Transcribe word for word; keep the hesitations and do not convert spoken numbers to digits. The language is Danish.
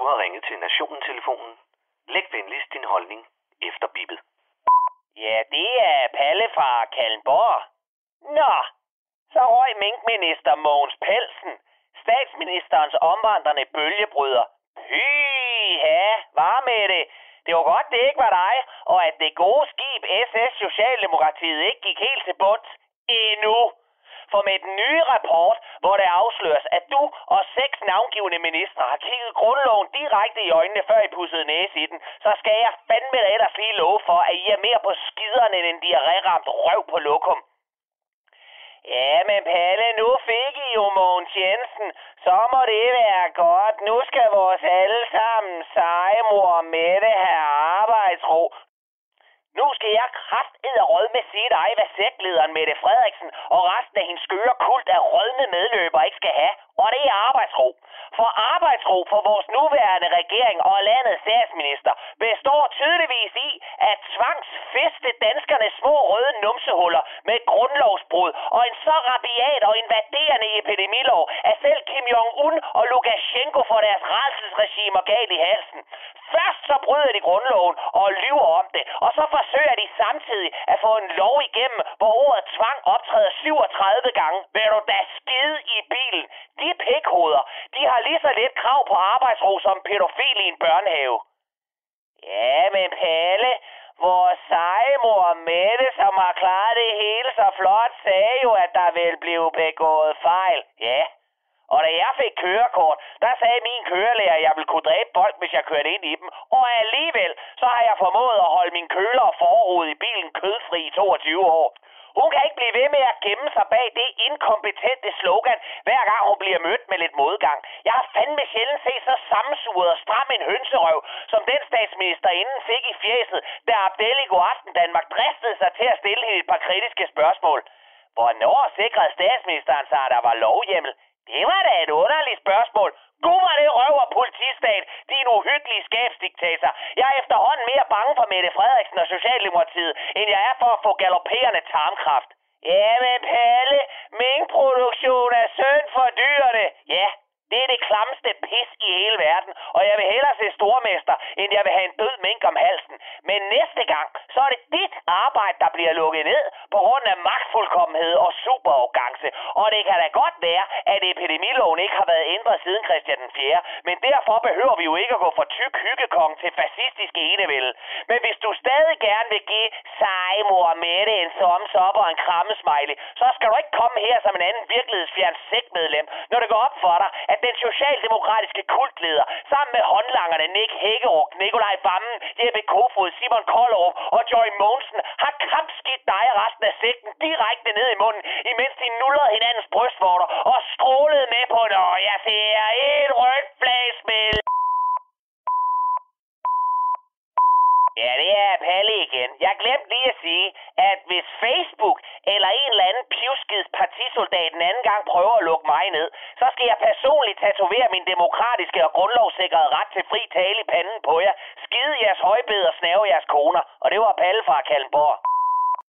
har ringet til Nationen-telefonen. Læg venligst din holdning efter bippet. Ja, det er Palle fra Kalundborg. Nå, så røg minkminister Mogens Pelsen, statsministerens omvandrende bølgebryder. Pyha, var med det. Det var godt, det ikke var dig, og at det gode skib S S Socialdemokratiet ikke gik helt til bunds endnu. For med den nye rapport, hvor det afsløres, at du og seks navngivende ministre har kigget grundloven direkte i øjnene, før I pudsede næse i den, så skal jeg fandme da ellers lige love for, at I er mere på skiderne end en diarréramt røv på lokum. Ja, men Palle, nu fik I jo Mogens Jensen. Så må det være godt. Nu skal vores allesammen sejemor Mette have arbejdsro. Nu skal jeg kraftedderrødme sige dig, hvad sæklederen Mette Frederiksen og resten af hendes skøre kult af rødme medløbere ikke skal have. Og det er arbejdsro. For arbejdsro for vores nuværende regering og landets statsminister består tydeligvis i at tvangsfeste danskernes små røde numsehuller med grundlovsbrud og en så rabiat og invaderende epidemilov, at selv Kim Jong-un og Lukashenko får deres rædselsregimer galt i halsen. Først så bryder de grundloven og lyver om det, og så forsøger de samtidig at få en lov igennem, hvor ordet tvang optræder syvogtredive gange. Vil du da skide i bilen? De pikhoveder, de har lige så lidt krav på arbejdsro som pædofil i en børnehave. Ja, men Palle, vores sejemor Mette, som har klaret det hele så flot, sagde jo, at der ville blive begået fejl. Ja. Og da jeg fik kørekort, der sagde min kørelærer, at jeg ville kunne dræbe folk, hvis jeg kørte ind i dem. Og alligevel, så har jeg formået at holde min køler og forrude i bilen kødfri i toogtyve år. Hun kan ikke blive ved med at gemme sig bag det inkompetente slogan, hver gang hun bliver mødt med lidt modgang. Jeg har fandme sjældent set så sammensuret og stram en hønserøv, som den statsminister inden fik i fjeset, da Abdel i Godaften Danmark dristede sig til at stille hende et par kritiske spørgsmål. Hvornår sikrede statsministeren sig, at der var lovhjemmel? Det var da et underligt spørgsmål. Gud var det røv og politistat, din uhyggelige skabsdiktator. Jeg er efterhånden mere bange for Mette Frederiksen og Socialdemokratiet, end jeg er for at få galopperende tarmkræft. Ja, men Palle, minkproduktion er synd for dyrene. Ja, det er det klammeste pis i hele verden, og jeg vil hellere se stormester, end jeg vil have en død mink om halsen. Men næste gang, så er det dit arbejde, der bliver lukket ned på grund af magtfuldkommenhed og superarrogance. Og det kan da godt være, at epidemiloven ikke har været ændret siden Christian den fjerde, men derfor behøver vi jo ikke at gå fra tyk hyggekong til fascistisk enevælde. Men hvis du stadig gerne vil give sejemor Mette en thumbs up og en krammesmiley, så skal du ikke komme her som en anden virkelighedsfjern sektmedlem, når det går op for dig, at den socialdemokratiske kultleder, sammen med håndlangerne Nick Hækkerup, Nikolaj Vammen, Jeppe Kofod, Simon Kollerup og Joy Mogensen, har kampskidt dig og resten af sekten direkte ned i munden, imens de nullerede hinandens brystvorter og strålede med på, når jeg ser et rødt flagsmæld. Ja, det er Palle igen. Jeg glemte lige at sige, at hvis Facebook eller en eller anden pivskids partisoldat en anden gang prøver at lukke mig ned, så skal jeg personligt tatovere min demokratiske og grundlovssikrede ret til fri tale i panden på jer, skide jeres højbed og snave jeres koner. Og det var Palle fra Kalundborg.